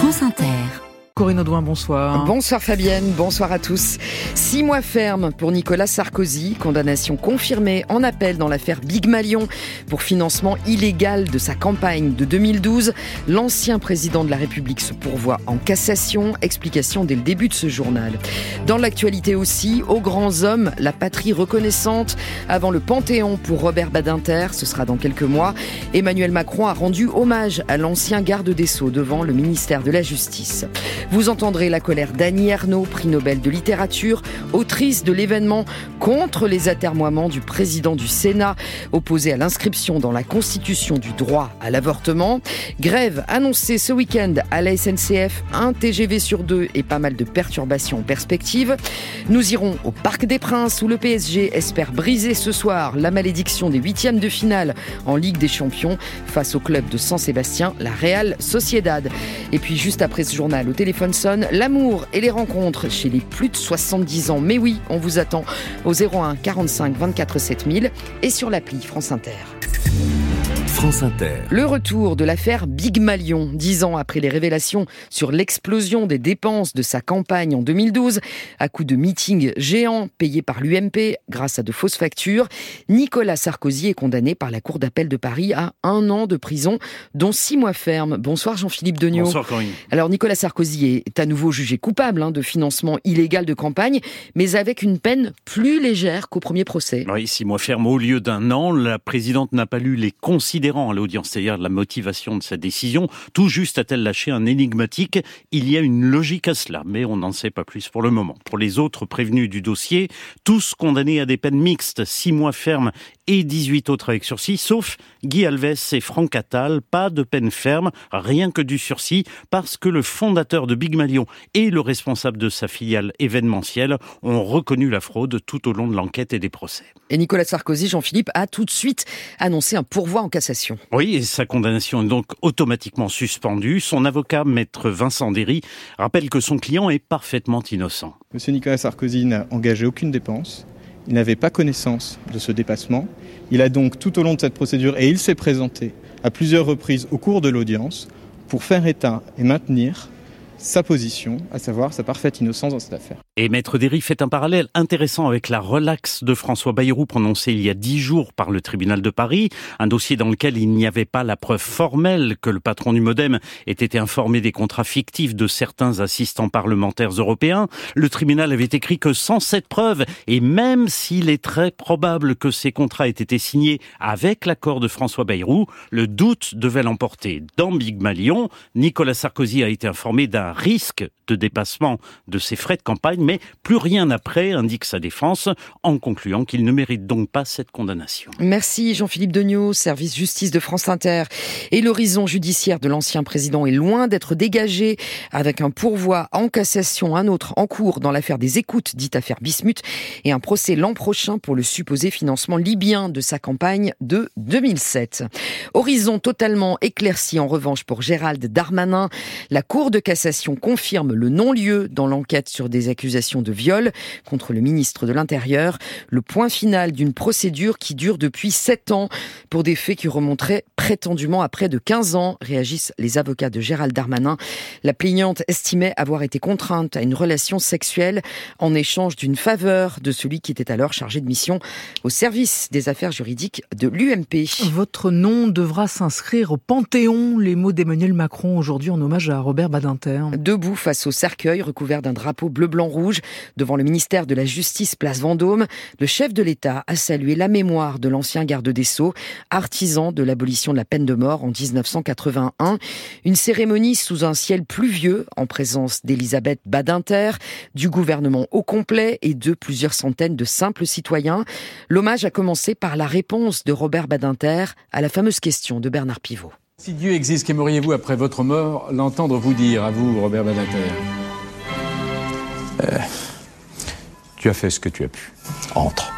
France Inter. Corinne Audouin, bonsoir. Bonsoir Fabienne, bonsoir à tous. 6 mois ferme pour Nicolas Sarkozy, condamnation confirmée en appel dans l'affaire Big Malion pour financement illégal de sa campagne de 2012. L'ancien président de la République se pourvoit en cassation, explication dès le début de ce journal. Dans l'actualité aussi, aux grands hommes, la patrie reconnaissante avant le Panthéon pour Robert Badinter, ce sera dans quelques mois. Emmanuel Macron a rendu hommage à l'ancien garde des Sceaux devant le ministère de la Justice. Vous entendrez la colère d'Annie Ernaux, prix Nobel de littérature, autrice de l'événement contre les atermoiements du président du Sénat, opposé à l'inscription dans la Constitution du droit à l'avortement. Grève annoncée ce week-end à la SNCF, un TGV sur 2 et pas mal de perturbations en perspective. Nous irons au Parc des Princes où le PSG espère briser ce soir la malédiction des 8e de finale en Ligue des Champions face au club de San Sébastien, la Real Sociedad. Et puis juste après ce journal, au téléphone sonne, l'amour et les rencontres chez les plus de 70 ans. Mais oui, on vous attend au 01 45 24 7000 et sur l'appli France Inter. France Inter. Le retour de l'affaire Big Malion, 10 ans après les révélations sur l'explosion des dépenses de sa campagne en 2012, à coups de meetings géants payés par l'UMP grâce à de fausses factures. Nicolas Sarkozy est condamné par la Cour d'appel de Paris à 1 an de prison, dont 6 mois ferme. Bonsoir Jean-Philippe Degnaud. Bonsoir Corinne. Alors Nicolas Sarkozy est à nouveau jugé coupable de financement illégal de campagne, mais avec une peine plus légère qu'au premier procès. Oui, 6 mois ferme au lieu d'1 an. La présidente n'a pas lu les considérants à l'audience, c'est-à-dire la motivation de sa décision. Tout juste a-t-elle lâché un énigmatique. Il y a une logique à cela, mais on n'en sait pas plus pour le moment. Pour les autres prévenus du dossier, tous condamnés à des peines mixtes, 6 mois ferme et 18 autres avec sursis, sauf Guy Alves et Franck Attal, pas de peine ferme, rien que du sursis, parce que le fondateur de Big Malion et le responsable de sa filiale événementielle ont reconnu la fraude tout au long de l'enquête et des procès. Et Nicolas Sarkozy, Jean-Philippe, a tout de suite annoncé un pourvoi en cassation. Oui, et sa condamnation est donc automatiquement suspendue. Son avocat, maître Vincent Derry, rappelle que son client est parfaitement innocent. Monsieur Nicolas Sarkozy n'a engagé aucune dépense. Il n'avait pas connaissance de ce dépassement. Il a donc, tout au long de cette procédure, et il s'est présenté à plusieurs reprises au cours de l'audience pour faire état et maintenir sa position, à savoir sa parfaite innocence dans cette affaire. Et Maître Derry fait un parallèle intéressant avec la relaxe de François Bayrou prononcée il y a 10 jours par le tribunal de Paris, un dossier dans lequel il n'y avait pas la preuve formelle que le patron du MoDem ait été informé des contrats fictifs de certains assistants parlementaires européens. Le tribunal avait écrit que sans cette preuve, et même s'il est très probable que ces contrats aient été signés avec l'accord de François Bayrou, le doute devait l'emporter. Dans Big Malion, Nicolas Sarkozy a été informé d'un risque de dépassement de ses frais de campagne, mais plus rien après, indique sa défense, en concluant qu'il ne mérite donc pas cette condamnation. Merci Jean-Philippe Degnaud, service justice de France Inter. Et l'horizon judiciaire de l'ancien président est loin d'être dégagé, avec un pourvoi en cassation, un autre en cours dans l'affaire des écoutes, dite affaire Bismuth, et un procès l'an prochain pour le supposé financement libyen de sa campagne de 2007. Horizon totalement éclairci en revanche pour Gérald Darmanin. La Cour de cassation confirme le non-lieu dans l'enquête sur des accusations de viol contre le ministre de l'Intérieur. Le point final d'une procédure qui dure depuis 7 ans pour des faits qui remonteraient prétendument à près de 15 ans, réagissent les avocats de Gérald Darmanin. La plaignante estimait avoir été contrainte à une relation sexuelle en échange d'une faveur de celui qui était alors chargé de mission au service des affaires juridiques de l'UMP. Votre nom devra s'inscrire au Panthéon, les mots d'Emmanuel Macron aujourd'hui en hommage à Robert Badinter. Debout face au cercueil recouvert d'un drapeau bleu-blanc-rouge devant le ministère de la Justice, place Vendôme, le chef de l'État a salué la mémoire de l'ancien garde des Sceaux, artisan de l'abolition de la peine de mort en 1981. Une cérémonie sous un ciel pluvieux en présence d'Elisabeth Badinter, du gouvernement au complet et de plusieurs centaines de simples citoyens. L'hommage a commencé par la réponse de Robert Badinter à la fameuse question de Bernard Pivot. Si Dieu existe, qu'aimeriez-vous après votre mort l'entendre vous dire, à vous, Robert Badinter ? Tu as fait ce que tu as pu. Entre.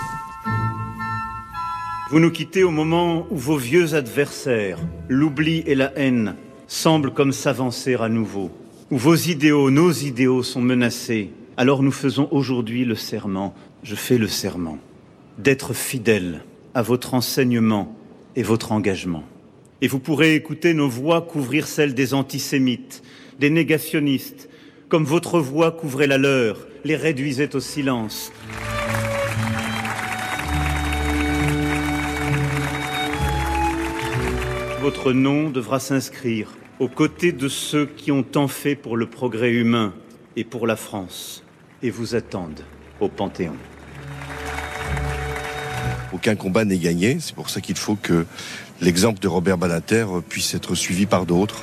Vous nous quittez au moment où vos vieux adversaires, l'oubli et la haine, semblent comme s'avancer à nouveau, où vos idéaux, nos idéaux sont menacés. Alors nous faisons aujourd'hui le serment, je fais le serment, d'être fidèle à votre enseignement et votre engagement. Et vous pourrez écouter nos voix couvrir celles des antisémites, des négationnistes, comme votre voix couvrait la leur, les réduisait au silence. Votre nom devra s'inscrire aux côtés de ceux qui ont tant fait pour le progrès humain et pour la France, et vous attendent au Panthéon. Aucun combat n'est gagné, c'est pour ça qu'il faut que l'exemple de Robert Badinter puisse être suivi par d'autres.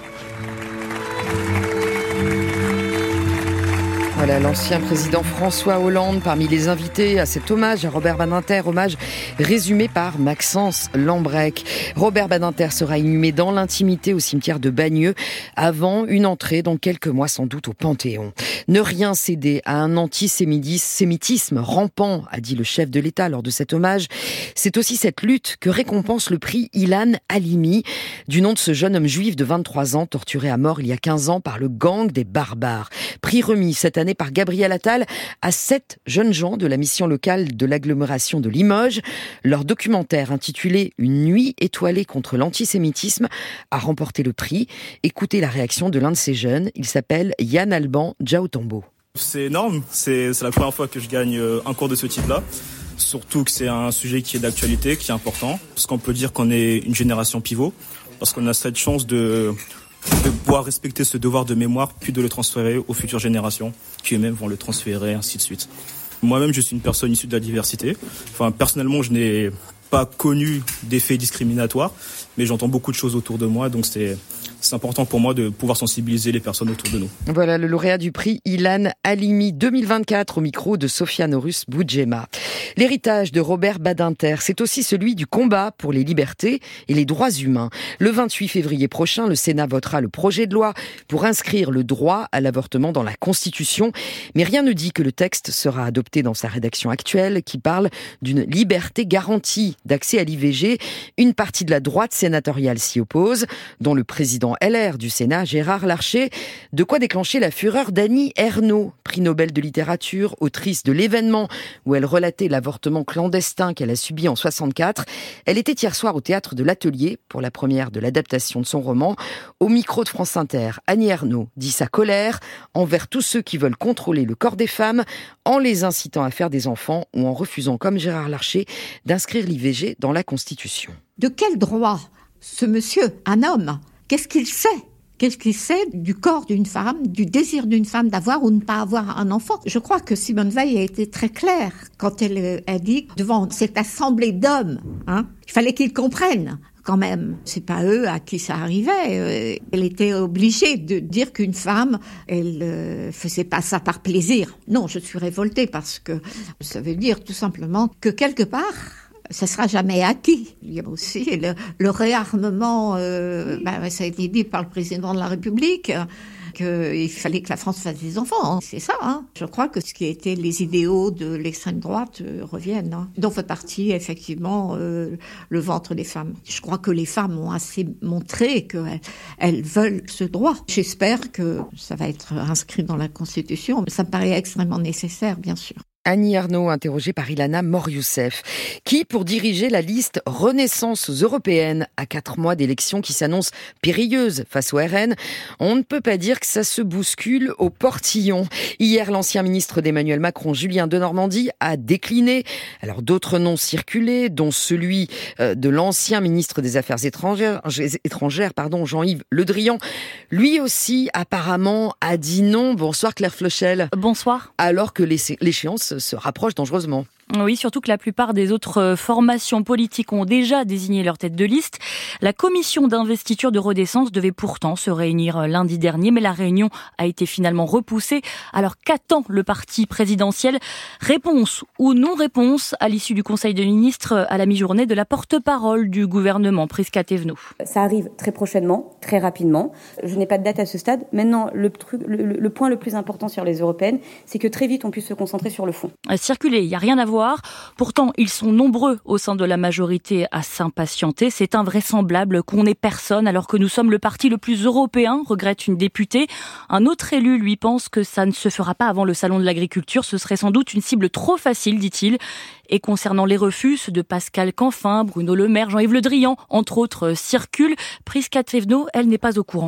Voilà l'ancien président François Hollande parmi les invités à cet hommage à Robert Badinter, hommage résumé par Maxence Lambrec. Robert Badinter sera inhumé dans l'intimité au cimetière de Bagneux avant une entrée dans quelques mois sans doute au Panthéon. Ne rien céder à un antisémitisme rampant, a dit le chef de l'État lors de cet hommage. C'est aussi cette lutte que récompense le prix Ilan Halimi, du nom de ce jeune homme juif de 23 ans torturé à mort il y a 15 ans par le gang des barbares. Prix remis cette année par Gabriel Attal à 7 jeunes gens de la mission locale de l'agglomération de Limoges. Leur documentaire intitulé « Une nuit étoilée contre l'antisémitisme » a remporté le prix. Écoutez la réaction de l'un de ces jeunes. Il s'appelle Yann Alban Djaotombo. C'est énorme, c'est la première fois que je gagne un cours de ce type-là. Surtout que c'est un sujet qui est d'actualité, qui est important. Parce qu'on peut dire qu'on est une génération pivot. Parce qu'on a cette chance de pouvoir respecter ce devoir de mémoire, puis de le transférer aux futures générations, qui eux-mêmes vont le transférer, ainsi de suite. Moi-même, je suis une personne issue de la diversité. Enfin, personnellement, je n'ai pas connu d'effets discriminatoires, mais j'entends beaucoup de choses autour de moi, donc c'est important pour moi de pouvoir sensibiliser les personnes autour de nous. Voilà le lauréat du prix Ilan Halimi 2024 au micro de Sophia Norus Boudjema. L'héritage de Robert Badinter, c'est aussi celui du combat pour les libertés et les droits humains. Le 28 février prochain, le Sénat votera le projet de loi pour inscrire le droit à l'avortement dans la Constitution. Mais rien ne dit que le texte sera adopté dans sa rédaction actuelle, qui parle d'une liberté garantie d'accès à l'IVG. Une partie de la droite sénatoriale s'y oppose, dont le président LR du Sénat, Gérard Larcher. De quoi déclencher la fureur d'Annie Ernaux, prix Nobel de littérature, autrice de L'Événement, où elle relatait l'avortement clandestin qu'elle a subi en 64. Elle était hier soir au théâtre de l'Atelier pour la première de l'adaptation de son roman. Au micro de France Inter, Annie Ernaux dit sa colère envers tous ceux qui veulent contrôler le corps des femmes en les incitant à faire des enfants ou en refusant, comme Gérard Larcher, d'inscrire l'IVG dans la Constitution. De quel droit ce monsieur, un homme, qu'est-ce qu'il sait ? Qu'est-ce qu'il sait du corps d'une femme, du désir d'une femme d'avoir ou ne pas avoir un enfant ? Je crois que Simone Veil a été très claire quand elle a dit devant cette assemblée d'hommes, il fallait qu'ils comprennent quand même. C'est pas eux à qui ça arrivait. Elle était obligée de dire qu'une femme, elle faisait pas ça par plaisir. Non, je suis révoltée parce que ça veut dire tout simplement que quelque part, ça sera jamais acquis. Il y a aussi le réarmement, ça a été dit par le président de la République, qu'il fallait que la France fasse des enfants. C'est ça. Je crois que ce qui était les idéaux de l'extrême droite reviennent. Dont fait partie, effectivement, le ventre des femmes. Je crois que les femmes ont assez montré qu'elles veulent ce droit. J'espère que ça va être inscrit dans la Constitution. Ça me paraît extrêmement nécessaire, bien sûr. Annie Ernaux, interrogée par Ilana Mor-Youssef, qui, pour diriger la liste Renaissance européenne à 4 mois d'élections qui s'annoncent périlleuses face au RN, on ne peut pas dire que ça se bouscule au portillon. Hier, l'ancien ministre d'Emmanuel Macron, Julien Denormandie, a décliné. Alors, d'autres noms circulaient, dont celui de l'ancien ministre des Affaires étrangères, Jean-Yves Le Drian. Lui aussi, apparemment, a dit non. Bonsoir Claire Flochel. Bonsoir. Alors que l'échéance se rapproche dangereusement. Oui, surtout que la plupart des autres formations politiques ont déjà désigné leur tête de liste. La commission d'investiture de Renaissance devait pourtant se réunir lundi dernier, mais la réunion a été finalement repoussée. Alors qu'attend le parti présidentiel ? Réponse ou non-réponse à l'issue du Conseil des ministres à la mi-journée de la porte-parole du gouvernement, Prisca Thévenot. Ça arrive très prochainement, très rapidement. Je n'ai pas de date à ce stade. Maintenant, le point le plus important sur les européennes, c'est que très vite on puisse se concentrer sur le fond. Circuler, il n'y a rien à voir. Pourtant, ils sont nombreux au sein de la majorité à s'impatienter. C'est invraisemblable qu'on n'ait personne alors que nous sommes le parti le plus européen, regrette une députée. Un autre élu, lui, pense que ça ne se fera pas avant le salon de l'agriculture. Ce serait sans doute une cible trop facile, dit-il. Et concernant les refus, ceux de Pascal Canfin, Bruno Le Maire, Jean-Yves Le Drian, entre autres, circulent. Prisca Thévenot, elle n'est pas au courant.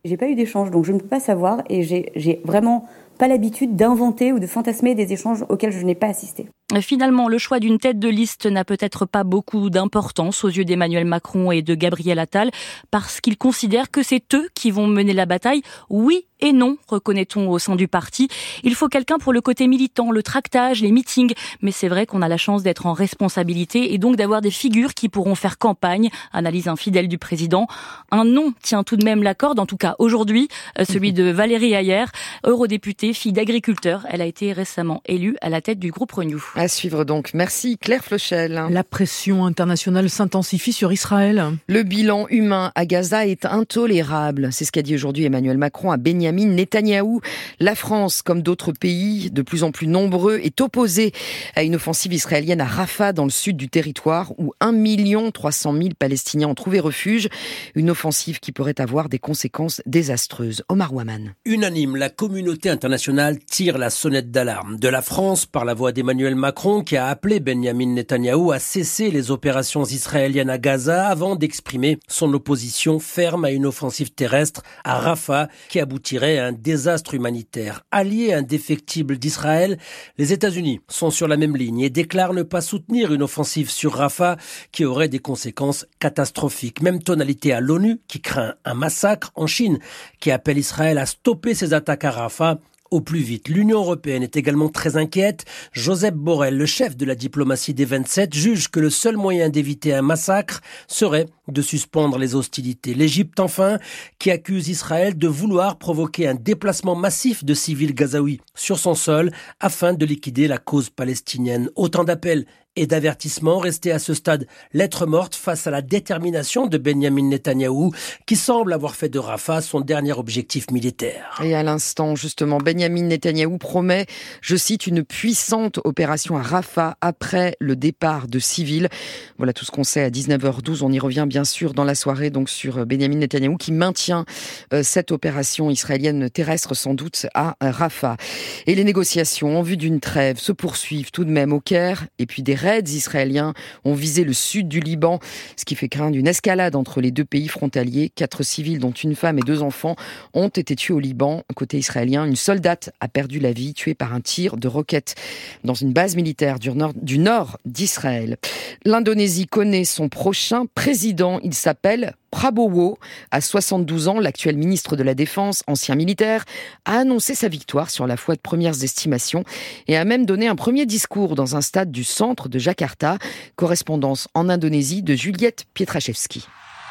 J'ai pas eu d'échange, donc je ne peux pas savoir et j'ai vraiment pas l'habitude d'inventer ou de fantasmer des échanges auxquels je n'ai pas assisté. Finalement, le choix d'une tête de liste n'a peut-être pas beaucoup d'importance aux yeux d'Emmanuel Macron et de Gabriel Attal, parce qu'ils considèrent que c'est eux qui vont mener la bataille. Oui et non, reconnaît-on au sein du parti. Il faut quelqu'un pour le côté militant, le tractage, les meetings. Mais c'est vrai qu'on a la chance d'être en responsabilité et donc d'avoir des figures qui pourront faire campagne, analyse un fidèle du président. Un nom tient tout de même la corde, en tout cas aujourd'hui, celui de Valérie Hayer, eurodéputée, fille d'agriculteur. Elle a été récemment élue à la tête du groupe Renew. À suivre donc. Merci Claire Flochel. La pression internationale s'intensifie sur Israël. Le bilan humain à Gaza est intolérable. C'est ce qu'a dit aujourd'hui Emmanuel Macron à Benyamin Netanyahou. La France, comme d'autres pays de plus en plus nombreux, est opposée à une offensive israélienne à Rafah, dans le sud du territoire, où 1 300 000 Palestiniens ont trouvé refuge. Une offensive qui pourrait avoir des conséquences désastreuses. Omar Ouaman. Unanime, la communauté internationale tire la sonnette d'alarme. De la France, par la voix d'Emmanuel Macron, qui a appelé Benyamin Netanyahou à cesser les opérations israéliennes à Gaza avant d'exprimer son opposition ferme à une offensive terrestre à Rafah qui aboutirait à un désastre humanitaire. Allié indéfectible d'Israël, les États-Unis sont sur la même ligne et déclarent ne pas soutenir une offensive sur Rafah qui aurait des conséquences catastrophiques. Même tonalité à l'ONU qui craint un massacre, en Chine qui appelle Israël à stopper ses attaques à Rafah au plus vite. L'Union européenne est également très inquiète. Josep Borrell, le chef de la diplomatie des 27, juge que le seul moyen d'éviter un massacre serait de suspendre les hostilités. L'Égypte, enfin, qui accuse Israël de vouloir provoquer un déplacement massif de civils gazaouis sur son sol afin de liquider la cause palestinienne. Autant d'appels et d'avertissements restés à ce stade lettre morte face à la détermination de Benyamin Netanyahou, qui semble avoir fait de Rafah son dernier objectif militaire. Et à l'instant, justement, Benyamin Netanyahou promet, je cite, une puissante opération à Rafah après le départ de civils. Voilà tout ce qu'on sait à 19h12. On y revient bien sûr dans la soirée, donc sur Benyamin Netanyahou qui maintient cette opération israélienne terrestre sans doute à Rafah. Et les négociations en vue d'une trêve se poursuivent tout de même au Caire, et puis des raids israéliens ont visé le sud du Liban, ce qui fait craindre une escalade entre les deux pays frontaliers. 4 civils, dont une femme et 2 enfants, ont été tués au Liban. Côté israélien, une soldate a perdu la vie, tuée par un tir de roquette dans une base militaire du nord d'Israël. L'Indonésie connaît son prochain président. Il s'appelle Prabowo. À 72 ans, l'actuel ministre de la Défense, ancien militaire, a annoncé sa victoire sur la foi de premières estimations et a même donné un premier discours dans un stade du centre de Jakarta. Correspondance en Indonésie de Juliette Pietraszewski.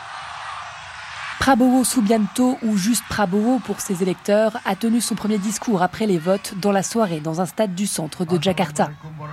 Prabowo Subianto, ou juste Prabowo pour ses électeurs, a tenu son premier discours après les votes dans la soirée dans un stade du centre de Jakarta.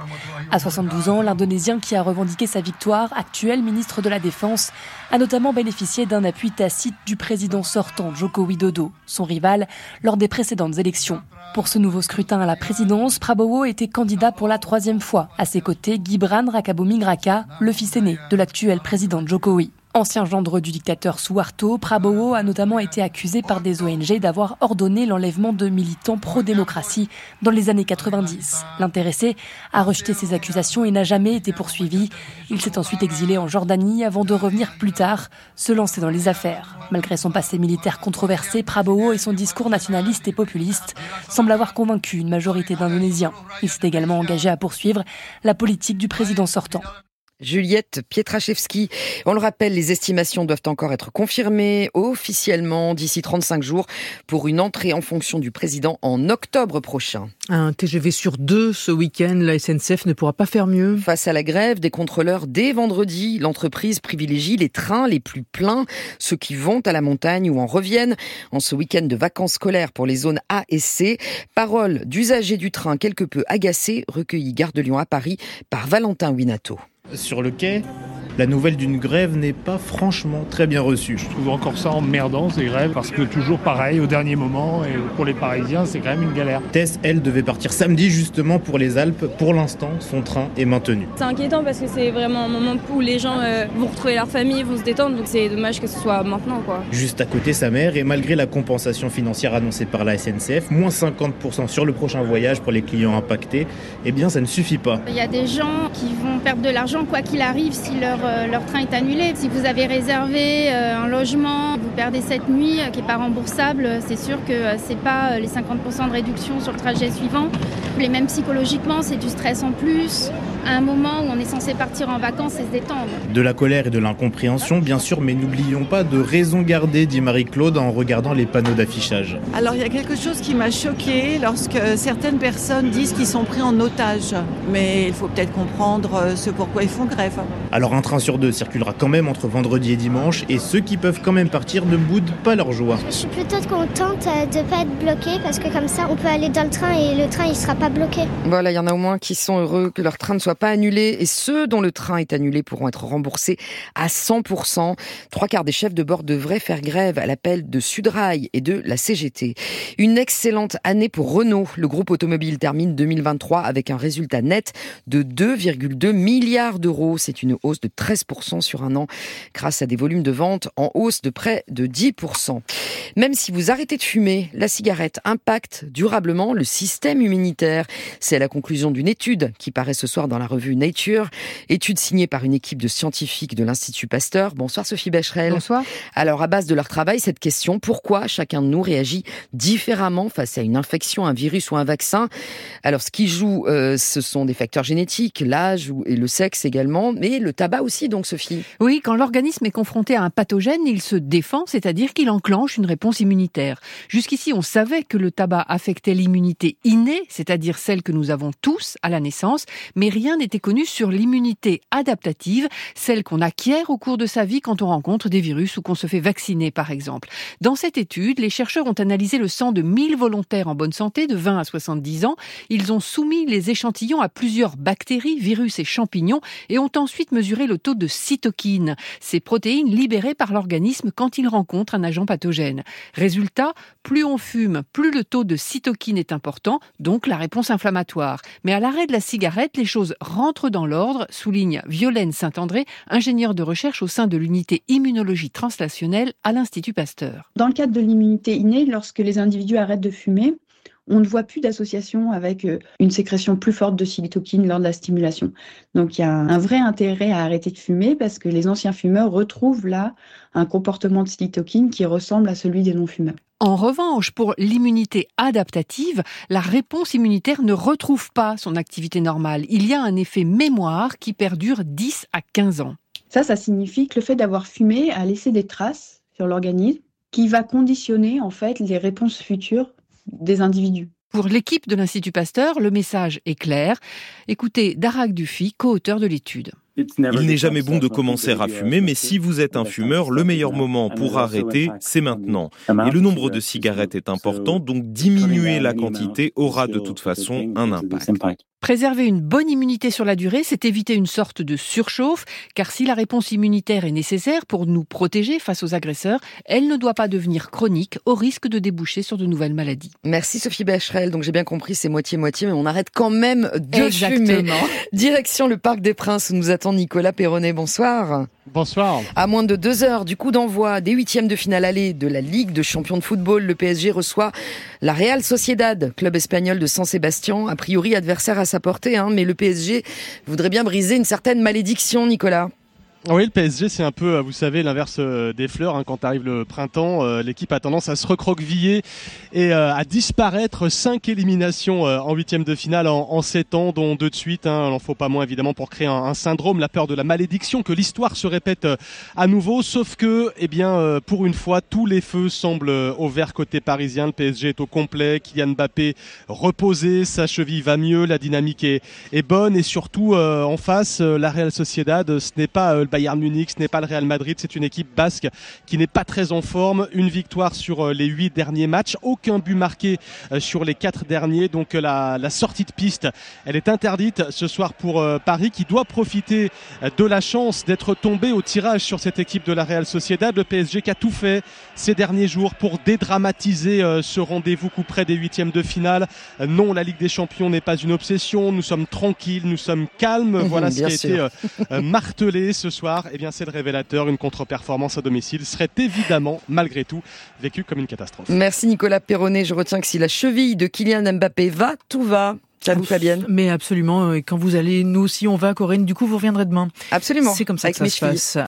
À 72 ans, l'Indonésien qui a revendiqué sa victoire, actuel ministre de la Défense, a notamment bénéficié d'un appui tacite du président sortant Joko Widodo, son rival, lors des précédentes élections. Pour ce nouveau scrutin à la présidence, Prabowo était candidat pour la 3e fois. À ses côtés, Gibran Rakabuming Raka, le fils aîné de l'actuel président Jokowi. Ancien gendre du dictateur Suharto, Prabowo a notamment été accusé par des ONG d'avoir ordonné l'enlèvement de militants pro-démocratie dans les années 90. L'intéressé a rejeté ces accusations et n'a jamais été poursuivi. Il s'est ensuite exilé en Jordanie avant de revenir plus tard, se lancer dans les affaires. Malgré son passé militaire controversé, Prabowo et son discours nationaliste et populiste semblent avoir convaincu une majorité d'Indonésiens. Il s'est également engagé à poursuivre la politique du président sortant. Juliette Pietraszewski. On le rappelle, les estimations doivent encore être confirmées officiellement d'ici 35 jours pour une entrée en fonction du président en octobre prochain. Un TGV sur 2 ce week-end, la SNCF ne pourra pas faire mieux. Face à la grève des contrôleurs dès vendredi, l'entreprise privilégie les trains les plus pleins, ceux qui vont à la montagne ou en reviennent en ce week-end de vacances scolaires pour les zones A et C. Parole d'usagers du train quelque peu agacés, recueillis Gare de Lyon à Paris par Valentin Winato. Sur le quai, la nouvelle d'une grève n'est pas franchement très bien reçue. Je trouve encore ça emmerdant, ces grèves, parce que toujours pareil, au dernier moment, et pour les Parisiens, c'est quand même une galère. Tess, elle, devait partir samedi justement pour les Alpes. Pour l'instant, son train est maintenu. C'est inquiétant parce que c'est vraiment un moment où les gens vont retrouver leur famille, vont se détendre, donc c'est dommage que ce soit maintenant, quoi. Juste à côté, sa mère, et malgré la compensation financière annoncée par la SNCF, moins 50% sur le prochain voyage pour les clients impactés, eh bien ça ne suffit pas. Il y a des gens qui vont perdre de l'argent quoi qu'il arrive si leur train est annulé. Si vous avez réservé un logement, vous perdez cette nuit qui n'est pas remboursable, c'est sûr que c'est pas les 50% de réduction sur le trajet suivant. Mais même psychologiquement, c'est du stress en plus. À un moment où on est censé partir en vacances et se détendre. De la colère et de l'incompréhension, bien sûr, mais n'oublions pas de raison garder, dit Marie-Claude en regardant les panneaux d'affichage. Alors il y a quelque chose qui m'a choquée lorsque certaines personnes disent qu'ils sont pris en otage. Mais il faut peut-être comprendre ce pourquoi ils font grève. Alors un train sur 2 circulera quand même entre vendredi et dimanche et ceux qui peuvent quand même partir ne boudent pas leur joie. Je suis plutôt contente de ne pas être bloquée parce que comme ça on peut aller dans le train et le train il ne sera pas bloqué. Voilà, il y en a au moins qui sont heureux que leur train ne soit pas annulé et ceux dont le train est annulé pourront être remboursés à 100%. 3/4 des chefs de bord devraient faire grève à l'appel de Sudrail et de la CGT. Une excellente année pour Renault. Le groupe automobile termine 2023 avec un résultat net de 2,2 milliards d'euros. C'est une hausse de 13% sur un an grâce à des volumes de vente en hausse de près de 10%. Même si vous arrêtez de fumer, la cigarette impacte durablement le système immunitaire. C'est la conclusion d'une étude qui paraît ce soir dans la revue Nature. Étude signée par une équipe de scientifiques de l'Institut Pasteur. Bonsoir Sophie Becherel. Bonsoir. Alors à base de leur travail, cette question, pourquoi chacun de nous réagit différemment face à une infection, un virus ou un vaccin? Alors ce qui joue, ce sont des facteurs génétiques, l'âge et le sexe également, mais le tabac aussi donc Sophie. Oui, quand l'organisme est confronté à un pathogène, il se défend, c'est-à-dire qu'il enclenche une réponse immunitaire. Jusqu'ici, on savait que le tabac affectait l'immunité innée, c'est-à-dire celle que nous avons tous à la naissance, mais rien n'était connu sur l'immunité adaptative, celle qu'on acquiert au cours de sa vie quand on rencontre des virus ou qu'on se fait vacciner par exemple. Dans cette étude, les chercheurs ont analysé le sang de 1000 volontaires en bonne santé de 20 à 70 ans. Ils ont soumis les échantillons à plusieurs bactéries, virus et champignons et ont ensuite mesuré le taux de cytokines, ces protéines libérées par l'organisme quand il rencontre un agent pathogène. Résultat, plus on fume, plus le taux de cytokines est important, donc la réponse inflammatoire. Mais à l'arrêt de la cigarette, les choses rentrent dans l'ordre, souligne Violaine Saint-André, ingénieure de recherche au sein de l'unité immunologie translationnelle à l'Institut Pasteur. Dans le cadre de l'immunité innée, lorsque les individus arrêtent de fumer, on ne voit plus d'association avec une sécrétion plus forte de cytokines lors de la stimulation. Donc il y a un vrai intérêt à arrêter de fumer parce que les anciens fumeurs retrouvent là un comportement de cytokines qui ressemble à celui des non-fumeurs. En revanche, pour l'immunité adaptative, la réponse immunitaire ne retrouve pas son activité normale. Il y a un effet mémoire qui perdure 10 à 15 ans. Ça signifie que le fait d'avoir fumé a laissé des traces sur l'organisme qui va conditionner en fait les réponses futures des individus. Pour l'équipe de l'Institut Pasteur, le message est clair. Écoutez Darag Dufy, co-auteur de l'étude. Il n'est jamais bon de commencer à fumer, mais si vous êtes un fumeur, le meilleur moment pour arrêter, c'est maintenant. Et le nombre de cigarettes est important, donc diminuer la quantité aura de toute façon un impact. Préserver une bonne immunité sur la durée, c'est éviter une sorte de surchauffe, car si la réponse immunitaire est nécessaire pour nous protéger face aux agresseurs, elle ne doit pas devenir chronique au risque de déboucher sur de nouvelles maladies. Merci Sophie Becherel, donc j'ai bien compris, c'est moitié-moitié, mais on arrête quand même de fumer. Direction le Parc des Princes où nous attend Nicolas Perronnet, bonsoir. Bonsoir. À moins de 2 heures du coup d'envoi des 8e de finale aller de la Ligue de champions de football, le PSG reçoit la Real Sociedad, club espagnol de San Sebastián, a priori adversaire à sa portée, mais le PSG voudrait bien briser une certaine malédiction, Nicolas. Oui, le PSG, c'est un peu, vous savez, l'inverse des fleurs. Quand arrive le printemps, l'équipe a tendance à se recroqueviller et à disparaître. 5 éliminations en 8e de finale en 7 ans, dont 2 de suite. Il n'en faut pas moins, évidemment, pour créer un syndrome, la peur de la malédiction, que l'histoire se répète à nouveau. Sauf que, pour une fois, tous les feux semblent au vert côté parisien. Le PSG est au complet. Kylian Mbappé reposé, sa cheville va mieux, la dynamique est bonne. Et surtout, en face, la Real Sociedad, ce n'est pas Bayern Munich, ce n'est pas le Real Madrid, c'est une équipe basque qui n'est pas très en forme. Une victoire sur les 8 derniers matchs, aucun but marqué sur les 4 derniers, donc la sortie de piste, elle est interdite ce soir pour Paris qui doit profiter de la chance d'être tombé au tirage sur cette équipe de la Real Sociedad. Le PSG qui a tout fait ces derniers jours pour dédramatiser ce rendez-vous coup près des 8e de finale. Non, la Ligue des Champions n'est pas une obsession, nous sommes tranquilles, nous sommes calmes, voilà ce qui a été martelé ce soir. C'est le révélateur, une contre-performance à domicile serait évidemment, malgré tout, vécue comme une catastrophe. Merci Nicolas Perronnet, je retiens que si la cheville de Kylian Mbappé va, tout va. J'avoue Fabienne. Mais absolument, et quand vous allez, nous aussi on va, Corinne, du coup vous reviendrez demain. Absolument. C'est comme ça que ça se passe.